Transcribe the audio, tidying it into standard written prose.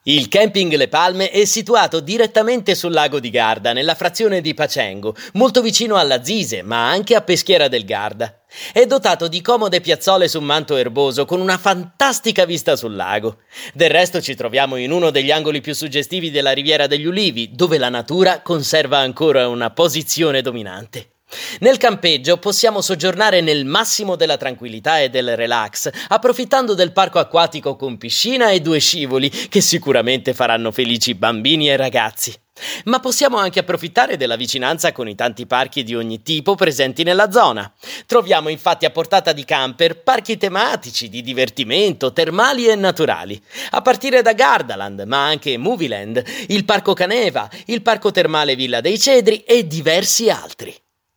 Il camping Le Palme è situato direttamente sul lago di Garda, nella frazione di Pacengo, molto vicino alla Zise, ma anche a Peschiera del Garda. È dotato di comode piazzole su manto erboso con una fantastica vista sul lago. Del resto ci troviamo in uno degli angoli più suggestivi della Riviera degli Ulivi, dove la natura conserva ancora una posizione dominante. Nel campeggio possiamo soggiornare nel massimo della tranquillità e del relax, approfittando del parco acquatico con piscina e 2 scivoli che sicuramente faranno felici bambini e ragazzi. Ma possiamo anche approfittare della vicinanza con i tanti parchi di ogni tipo presenti nella zona. Troviamo infatti a portata di camper parchi tematici, di divertimento, termali e naturali, a partire da Gardaland, ma anche Movieland, il Parco Caneva, il Parco Termale Villa dei Cedri e diversi altri.